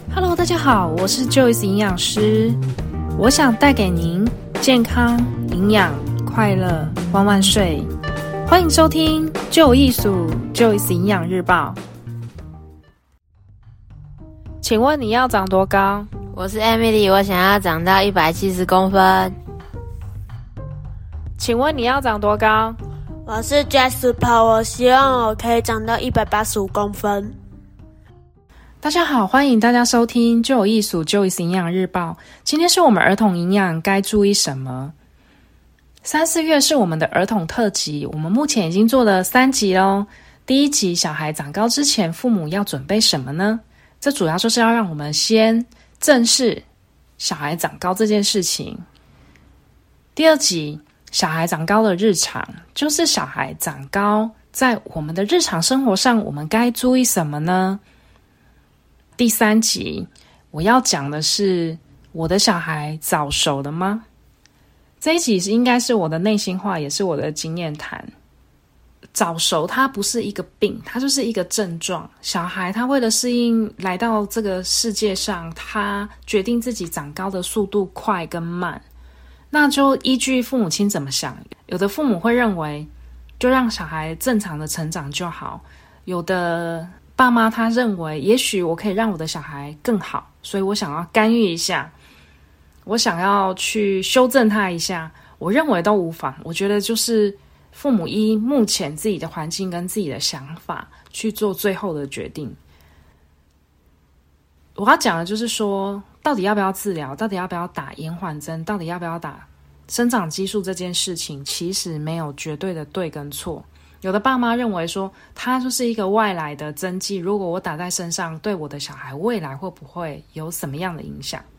Hello， 大家好，我是 Joyce 营养师，我想带给您健康、营养、快乐、万万岁！欢迎收听就有艺术 Joyce 营养日报。请问你要长多高？ 我是 Emily， 我想要长到170公分。 请问你要长多高？ 我是 Jasper， 我希望我可以长到185公分。 大家好，欢迎大家收听就有艺术 Joyce 营养日报。今天是我们儿童营养该注意什么？3、4月是我们的儿童特辑，我们目前已经做了3集咯。第1集小孩长高之前，父母要准备什么呢？这主要就是要让我们先正视小孩长高这件事情。第2集小孩长高的日常，就是小孩长高在我们的日常生活上，我们该注意什么呢？第3集我要讲的是，我的小孩早熟了吗？这一集应该是我的内心话，也是我的经验谈。早熟它不是一个病，它就是一个症状。小孩他为了适应来到这个世界上，他决定自己长高的速度快跟慢，那就依据父母亲怎么想。有的父母会认为就让小孩正常的成长就好，有的爸妈他认为也许我可以让我的小孩更好，所以我想要干预一下，我想要去修正他一下，我认为都无妨。我觉得就是父母依目前自己的环境跟自己的想法去做最后的决定。我要讲的就是说，到底要不要治疗，到底要不要打延缓针，到底要不要打生长激素，这件事情其实没有绝对的对跟错。有的爸妈认为说，它就是一个外来的针剂，如果我打在身上，对我的小孩未来会不会有什么样的影响？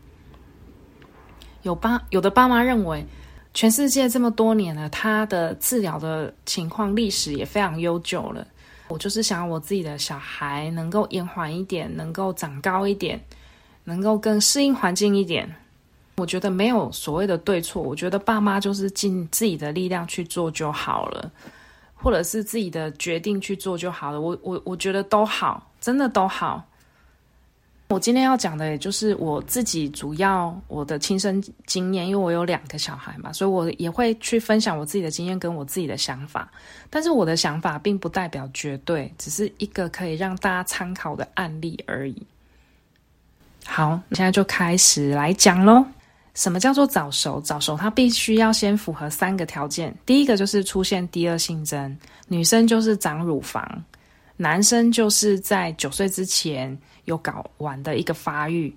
有的爸妈认为，全世界这么多年了，他的治疗的情况历史也非常悠久了，我就是想要我自己的小孩能够延缓一点，能够长高一点，能够更适应环境一点。我觉得没有所谓的对错，我觉得爸妈就是尽自己的力量去做就好了，或者是自己的决定去做就好了。我觉得都好，真的都好。我今天要讲的也就是我自己主要我的亲身经验，因为我有2个小孩嘛，所以我也会去分享我自己的经验跟我自己的想法。但是我的想法并不代表绝对，只是一个可以让大家参考的案例而已。好，现在就开始来讲咯。什么叫做早熟？早熟它必须要先符合3个条件。第一个就是出现第2性征，女生就是长乳房，男生就是在9岁之前有睾丸的一个发育。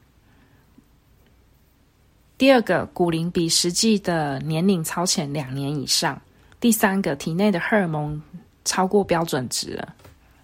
第2个，骨龄比实际的年龄超前2年以上。第3个，体内的荷尔蒙超过标准值了。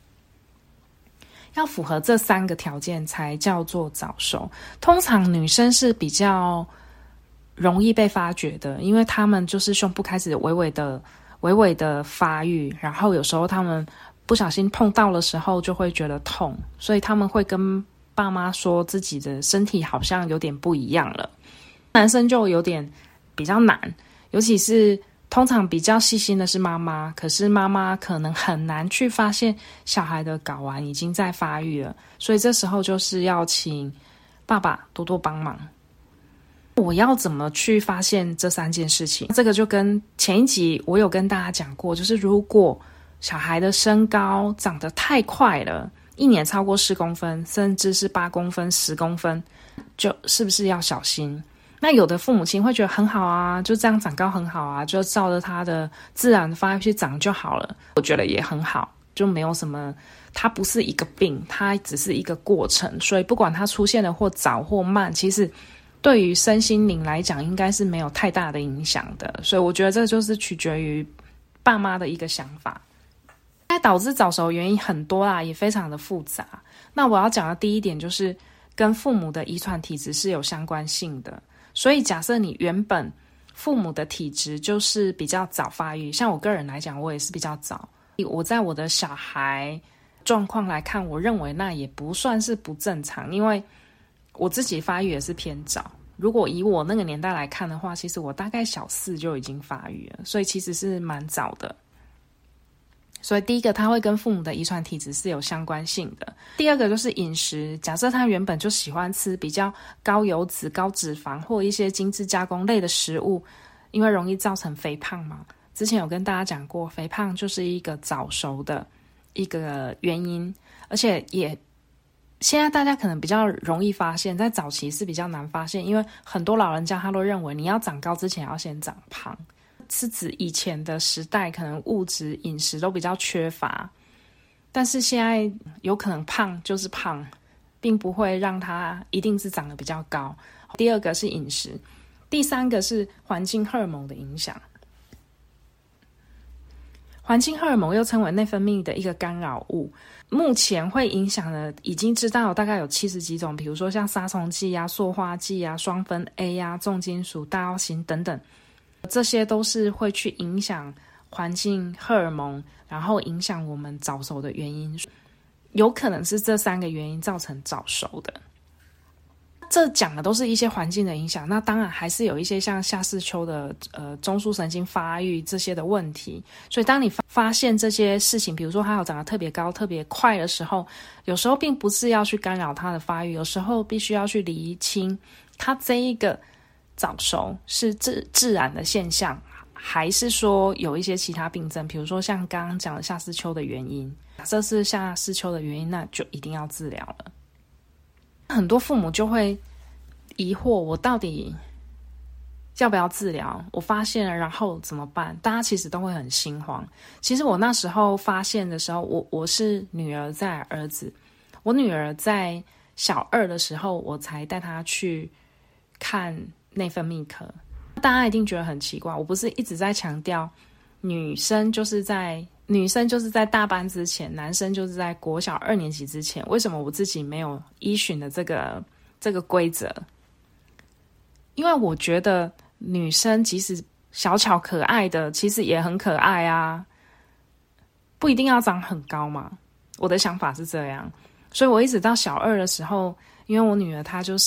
要符合这3个条件才叫做早熟。通常女生是比较容易被发觉的，因为她们就是胸部开始微微的发育，然后有时候她们不小心碰到的时候就会觉得痛，所以他们会跟爸妈说自己的身体好像有点不一样了。男生就有点比较难，尤其是通常比较细心的是妈妈，可是妈妈可能很难去发现小孩的睾丸已经在发育了，所以这时候就是要请爸爸多多帮忙。我要怎么去发现这3件事情？这个就跟前一集我有跟大家讲过，就是如果小孩的身高长得太快了，1年超过10公分，甚至是8公分、10公分，就是不是要小心？那有的父母亲会觉得很好啊，就这样长高很好啊，就照着他的自然发育去长就好了。我觉得也很好，就没有什么，它不是一个病，它只是一个过程，所以不管它出现的或早或慢，其实对于身心灵来讲应该是没有太大的影响的。所以我觉得这就是取决于爸妈的一个想法。导致早熟原因很多啦，也非常的复杂。那我要讲的第一点就是跟父母的遗传体质是有相关性的。所以假设你原本父母的体质就是比较早发育，像我个人来讲，我也是比较早。我在我的小孩状况来看，我认为那也不算是不正常，因为我自己发育也是偏早。如果以我那个年代来看的话，其实我大概小4就已经发育了，所以其实是蛮早的。 所以第一个它会跟父母的遗传体质是有相关性的。第二个就是饮食，假设他原本就喜欢吃比较高油脂、高脂肪或一些精致加工类的食物，因为容易造成肥胖嘛。之前有跟大家讲过，肥胖就是一个早熟的一个原因，而且也现在大家可能比较容易发现，在早期是比较难发现，因为很多老人家他都认为你要长高之前要先长胖，是指以前的时代可能物质饮食都比较缺乏，但是现在有可能胖就是胖，并不会让他一定是长得比较高。第二个是饮食，第三个是环境荷尔蒙的影响。环境荷尔蒙又称为内分泌的一个干扰物，目前会影响的已经知道大概有70几种，比如说像杀虫剂啊、塑化剂啊、双酚 A 啊、重金属、大药型等等，这些都是会去影响环境荷尔蒙，然后影响我们早熟的原因，有可能是这3个原因造成早熟的。这讲的都是一些环境的影响，那当然还是有一些像下视丘的中枢神经发育这些的问题。所以当你发现这些事情，比如说它有长得特别高、特别快的时候，有时候并不是要去干扰它的发育，有时候必须要去厘清它这一个早熟是自然的现象，还是说有一些其他病症，比如说像刚刚讲的下视丘的原因。假设是下视丘的原因，那就一定要治疗了。很多父母就会疑惑，我到底要不要治疗？我发现了，然后怎么办？大家其实都会很心慌。其实我那时候发现的时候，我是女儿再来儿子。我女儿在小2的时候，我才带她去看内分泌科。大家一定觉得很奇怪，我不是一直在强调女生就是在大班之前，男生就是在国小2年级之前，为什么我自己没有依循的这个规则？因为我觉得女生即使小巧可爱的，其实也很可爱啊，不一定要长很高嘛。我的想法是这样，所以我一直到小2的时候，因为我女儿她就是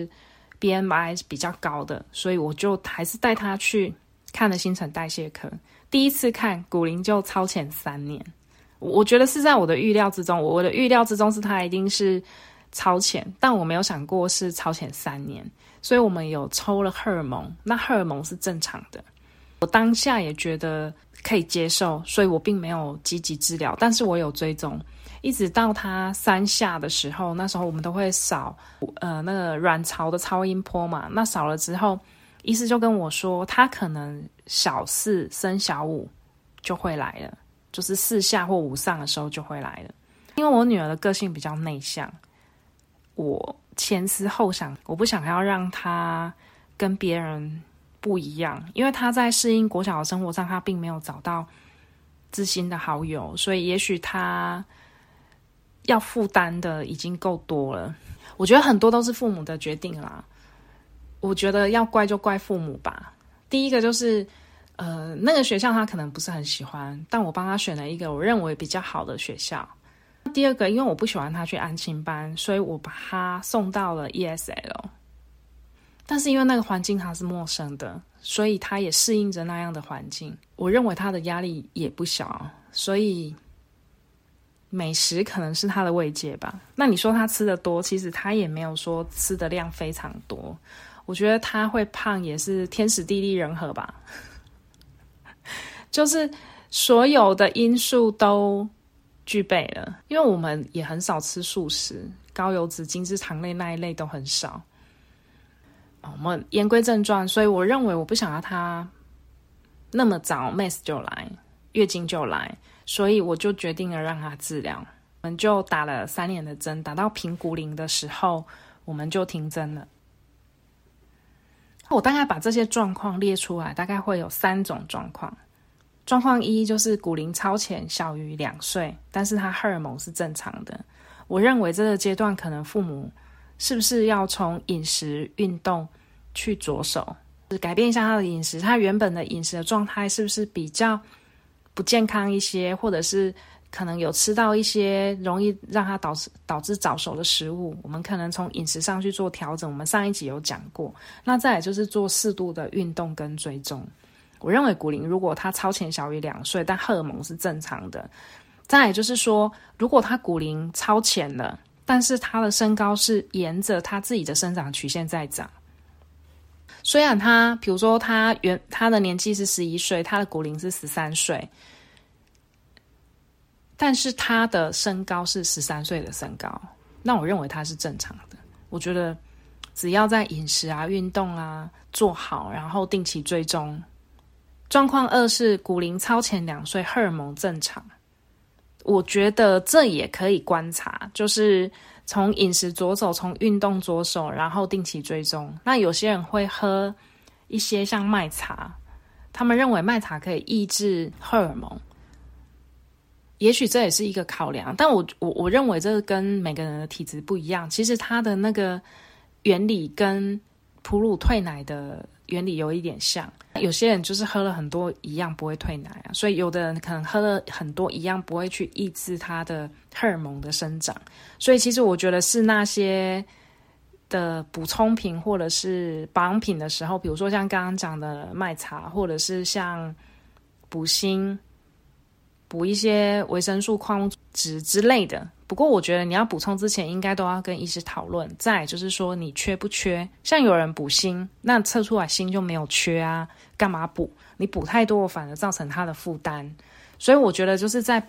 BMI 比较高的，所以我就还是带她去看了新陈代谢科。第一次看骨龄就超前3年，我觉得是在我的预料之中。我的预料之中是他一定是超前，但我没有想过是超前3年。所以我们有抽了荷尔蒙，那荷尔蒙是正常的。我当下也觉得可以接受，所以我并没有积极治疗，但是我有追踪，一直到他3下的时候，那时候我们都会扫那个卵巢的超音波嘛，那扫了之后，医师就跟我说，他可能小4升小5就会来了，就是4下或5上的时候就会来了。因为我女儿的个性比较内向，我前思后想，我不想要让她跟别人不一样，因为她在适应国小的生活上，她并没有找到知心的好友，所以也许她要负担的已经够多了。我觉得很多都是父母的决定啦，我觉得要怪就怪父母吧。第一个就是那个学校他可能不是很喜欢，但我帮他选了一个我认为比较好的学校。第二个，因为我不喜欢他去安亲班，所以我把他送到了 ESL。但是因为那个环境他是陌生的，所以他也适应着那样的环境。我认为他的压力也不小，所以美食可能是他的慰藉吧。那你说他吃的多，其实他也没有说吃的量非常多。我觉得他会胖也是天时地利人和吧，就是所有的因素都具备了。因为我们也很少吃素食，高油脂、精致糖类那一类都很少。我们言归正传，所以我认为我不想要他那么早 MES 就来，月经就来，所以我就决定了让他治疗。我们就打了3年的针，打到评估龄的时候，我们就停针了。我大概把这些状况列出来，大概会有3种状况。状况1就是骨龄超前，小于2岁，但是他荷尔蒙是正常的。我认为这个阶段可能父母是不是要从饮食、运动去着手，改变一下他的饮食，他原本的饮食的状态是不是比较不健康一些，或者是可能有吃到一些容易让他导致早熟的食物，我们可能从饮食上去做调整，我们上一集有讲过。那再来就是做适度的运动跟追踪。 我认为骨龄如果他超前小于2岁，但荷尔蒙是正常的。再来就是说，如果他骨龄超前了，但是他的身高是沿着他自己的生长曲线在长，虽然他比如说他的年纪是11岁，他的骨龄是13岁，但是他的身高是13岁的身高，那我认为他是正常的。我觉得只要在饮食啊、运动啊做好，然后定期追踪。状况2是骨龄超前2岁，荷尔蒙正常。我觉得这也可以观察，就是从饮食着手，从运动着手，然后定期追踪。那有些人会喝一些像麦茶，他们认为麦茶可以抑制荷尔蒙，也许这也是一个考量，但我认为这跟每个人的体质不一样。其实它的那个原理跟哺乳退奶的原理有一点像，有些人就是喝了很多一样不会退奶啊，所以有的人可能喝了很多一样不会去抑制它的荷尔蒙的生长。所以其实我觉得是那些的补充品或者是保养品的时候，比如说像刚刚讲的麦茶，或者是像补锌、补一些维生素、矿物质之类的。不过我觉得你要补充之前应该都要跟医师讨论。再来就是说你缺不缺，像有人补锌，那测出来锌就没有缺啊，干嘛补？你补太多反而造成他的负担。所以我觉得就是在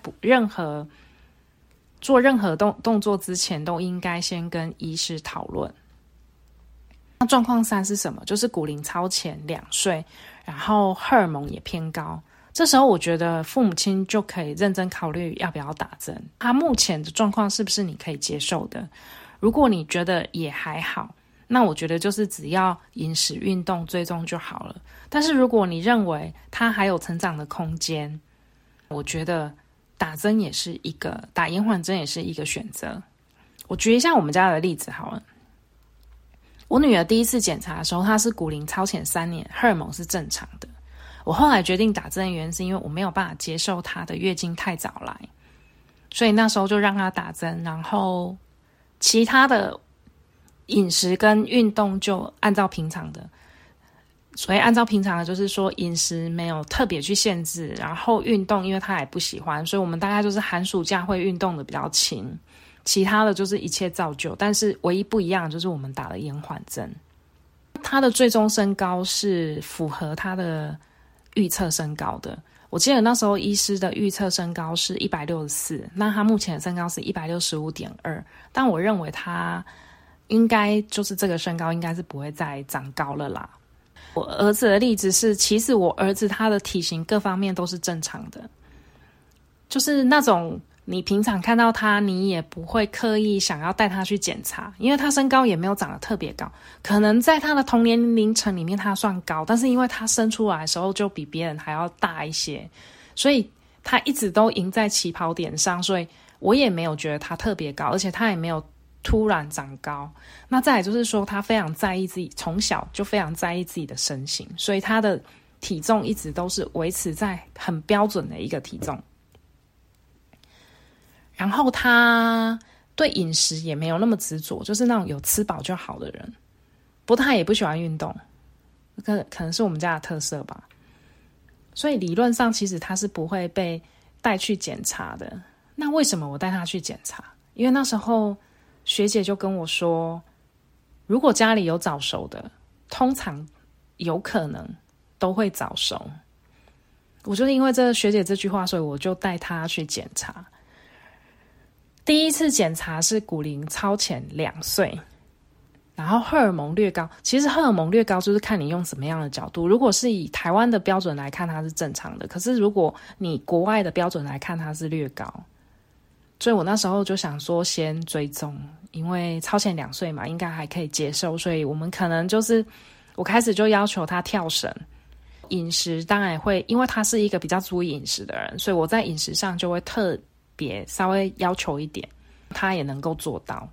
做任何动作之前都应该先跟医师讨论。那状况3是什么？就是骨龄超前2岁，然后荷尔蒙也偏高。这时候我觉得父母亲就可以认真考虑要不要打针，他目前的状况是不是你可以接受的。如果你觉得也还好，那我觉得就是只要饮食运动追踪就好了。但是如果你认为他还有成长的空间，我觉得打延缓针也是一个选择。我举一下我们家的例子好了。我女儿第一次检查的时候，她是骨龄超前3年，荷尔蒙是正常的。我后来决定打针的原因是因为我没有办法接受她的月经太早来，所以那时候就让她打针，然后其他的饮食跟运动就按照平常的。所以按照平常的就是说饮食没有特别去限制，然后运动因为她也不喜欢，所以我们大概就是寒暑假会运动的比较勤，其他的就是一切照旧。但是唯一不一样的就是我们打了延缓针。她的最终身高是符合她的预测身高的。我记得那时候医师的预测身高是164，那他目前的身高是165.2，但我认为他应该就是这个身高应该是不会再长高了啦。我儿子的例子是，其实我儿子他的体型各方面都是正常的，就是那种你平常看到他你也不会刻意想要带他去检查，因为他身高也没有长得特别高，可能在他的同年龄层里面他算高，但是因为他生出来的时候就比别人还要大一些，所以他一直都赢在起跑点上，所以我也没有觉得他特别高，而且他也没有突然长高。那再来就是说他非常在意自己，从小就非常在意自己的身形，所以他的体重一直都是维持在很标准的一个体重。然后他对饮食也没有那么执着，就是那种有吃饱就好的人。不过他也不喜欢运动，可能是我们家的特色吧。所以理论上其实他是不会被带去检查的。那为什么我带他去检查？因为那时候学姐就跟我说，如果家里有早熟的，通常有可能都会早熟。我就是因为这学姐这句话，所以我就带他去检查。第一次检查是骨龄超前2岁，然后荷尔蒙略高。其实荷尔蒙略高就是看你用什么样的角度，如果是以台湾的标准来看它是正常的，可是如果你国外的标准来看它是略高。所以我那时候就想说先追踪，因为超前2岁嘛应该还可以接受，所以我们可能就是我开始就要求他跳绳。饮食当然会，因为他是一个比较注意饮食的人，所以我在饮食上就会特别稍微要求一点，他也能够做到。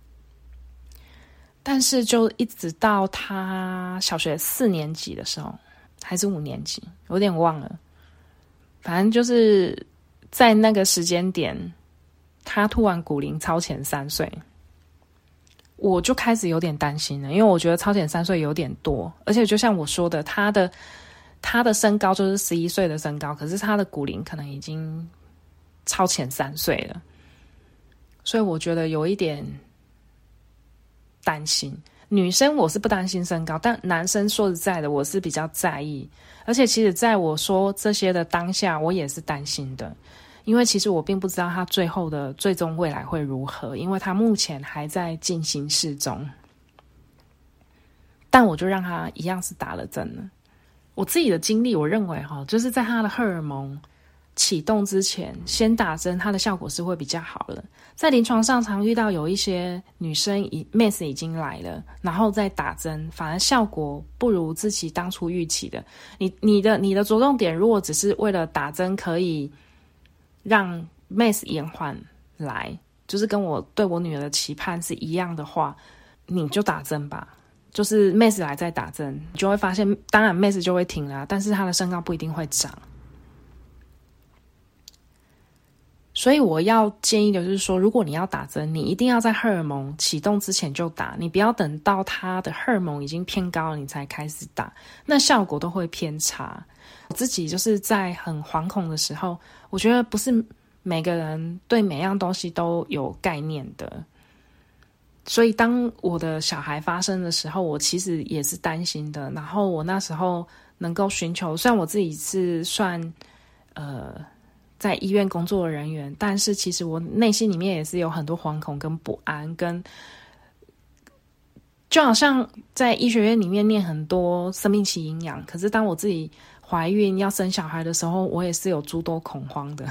但是就一直到他小学4年级的时候，还是5年级，有点忘了，反正就是在那个时间点，他突然骨龄超前3岁，我就开始有点担心了，因为我觉得超前3岁有点多，而且就像我说的，他的他的身高就是11岁的身高，可是他的骨龄可能已经超前3岁了，所以我觉得有一点担心。女生我是不担心身高，但男生说实在的我是比较在意，而且其实在我说这些的当下我也是担心的，因为其实我并不知道他最后的最终未来会如何，因为他目前还在进行式中，但我就让他一样是打了针了。我自己的经历我认为就是在他的荷尔蒙启动之前先打针，它的效果是会比较好的。在临床上常遇到有一些女生MES 已经来了，然后再打针，反而效果不如自己当初预期的。你的着重点如果只是为了打针可以让 MES 延缓来，就是跟我对我女儿的期盼是一样的话，你就打针吧。就是 MES 来再打针，你就会发现当然 MES 就会停了，但是她的身高不一定会长。所以我要建议的就是说，如果你要打针，你一定要在荷尔蒙启动之前就打，你不要等到他的荷尔蒙已经偏高了你才开始打，那效果都会偏差。我自己就是在很惶恐的时候，我觉得不是每个人对每样东西都有概念的，所以当我的小孩发生的时候，我其实也是担心的。然后我那时候能够寻求，虽然我自己是算在医院工作的人员，但是其实我内心里面也是有很多惶恐跟不安，跟就好像在医学院里面念很多生命期营养，可是当我自己怀孕要生小孩的时候，我也是有诸多恐慌的。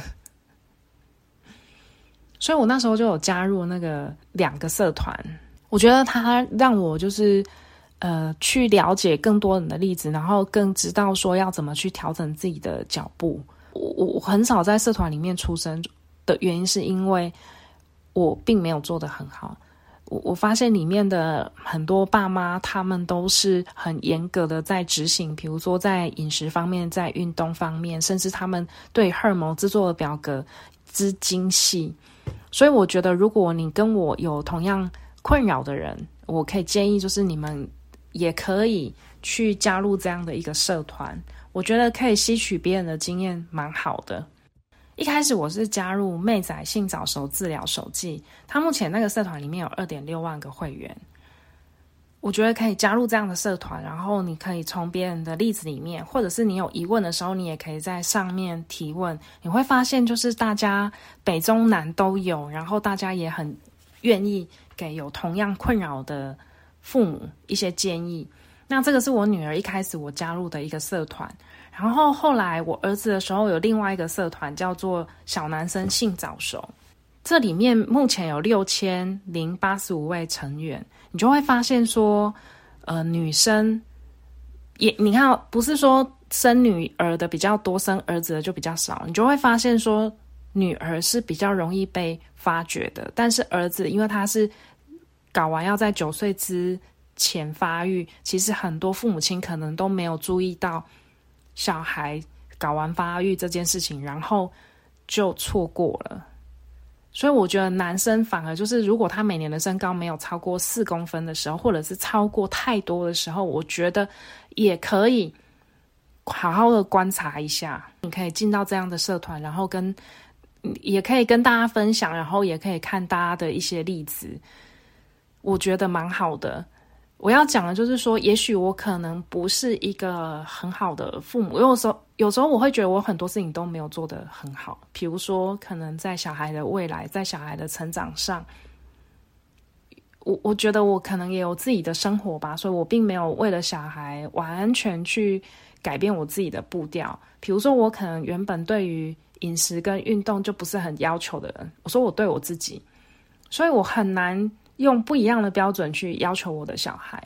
所以我那时候就有加入那个2个社团，我觉得它让我就是去了解更多人的例子，然后更知道说要怎么去调整自己的脚步。我很少在社团里面出声的原因是因为我并没有做得很好。我发现里面的很多爸妈他们都是很严格的在执行，比如说在饮食方面，在运动方面，甚至他们对荷尔蒙制作的表格之精细。所以我觉得如果你跟我有同样困扰的人，我可以建议就是你们也可以去加入这样的一个社团，我觉得可以吸取别人的经验蛮好的。一开始我是加入妹仔性早熟治疗手记，他目前那个社团里面有 2.6 万个会员，我觉得可以加入这样的社团，然后你可以从别人的例子里面，或者是你有疑问的时候，你也可以在上面提问，你会发现就是大家北中南都有，然后大家也很愿意给有同样困扰的父母一些建议。那这个是我女儿一开始我加入的一个社团，然后后来我儿子的时候有另外一个社团叫做小男生性早熟，这里面目前有6085位成员，你就会发现说女生也你看不是说生女儿的比较多，生儿子的就比较少，你就会发现说女儿是比较容易被发觉的，但是儿子因为他是睾丸要在9岁之前发育，其实很多父母亲可能都没有注意到小孩睾丸发育这件事情，然后就错过了。所以我觉得男生反而就是如果他每年的身高没有超过4公分的时候，或者是超过太多的时候，我觉得也可以好好的观察一下。你可以进到这样的社团，然后也可以跟大家分享，然后也可以看大家的一些例子，我觉得蛮好的。我要讲的就是说，也许我可能不是一个很好的父母，有时候我会觉得我很多事情都没有做得很好，比如说可能在小孩的未来，在小孩的成长上，我觉得我可能也有自己的生活吧，所以我并没有为了小孩完全去改变我自己的步调。比如说我可能原本对于饮食跟运动就不是很要求的人，我说我对我自己，所以我很难用不一样的标准去要求我的小孩。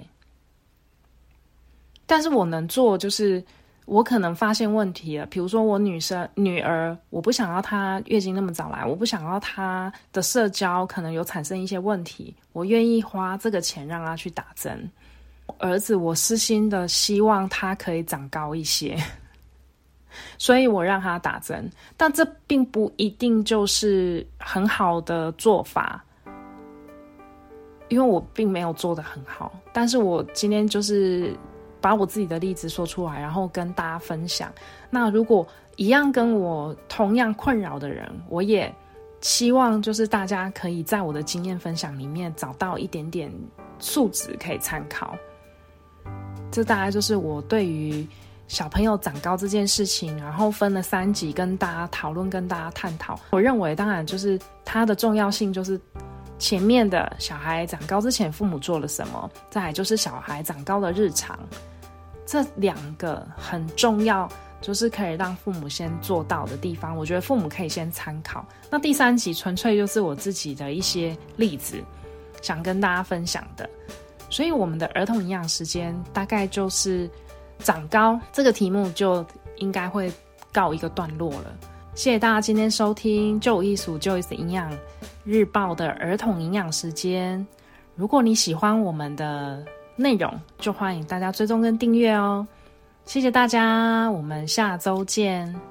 但是我能做就是我可能发现问题了，比如说我女儿，我不想要她月经那么早来，我不想要她的社交可能有产生一些问题，我愿意花这个钱让她去打针。儿子我私心的希望他可以长高一些，所以我让他打针，但这并不一定就是很好的做法，因为我并没有做得很好。但是我今天就是把我自己的例子说出来，然后跟大家分享。那如果一样跟我同样困扰的人，我也希望就是大家可以在我的经验分享里面找到一点点素质可以参考。这大概就是我对于小朋友长高这件事情，然后分了3集跟大家讨论，跟大家探讨。我认为当然就是它的重要性，就是前面的小孩长高之前父母做了什么，再来就是小孩长高的日常，这2个很重要，就是可以让父母先做到的地方，我觉得父母可以先参考。那第3集纯粹就是我自己的一些例子想跟大家分享的。所以我们的儿童营养时间大概就是长高这个题目就应该会告一个段落了。谢谢大家今天收听就有艺术 Joyce 营养日报的儿童营养时间。如果你喜欢我们的内容，就欢迎大家追踪跟订阅哦。谢谢大家，我们下周见。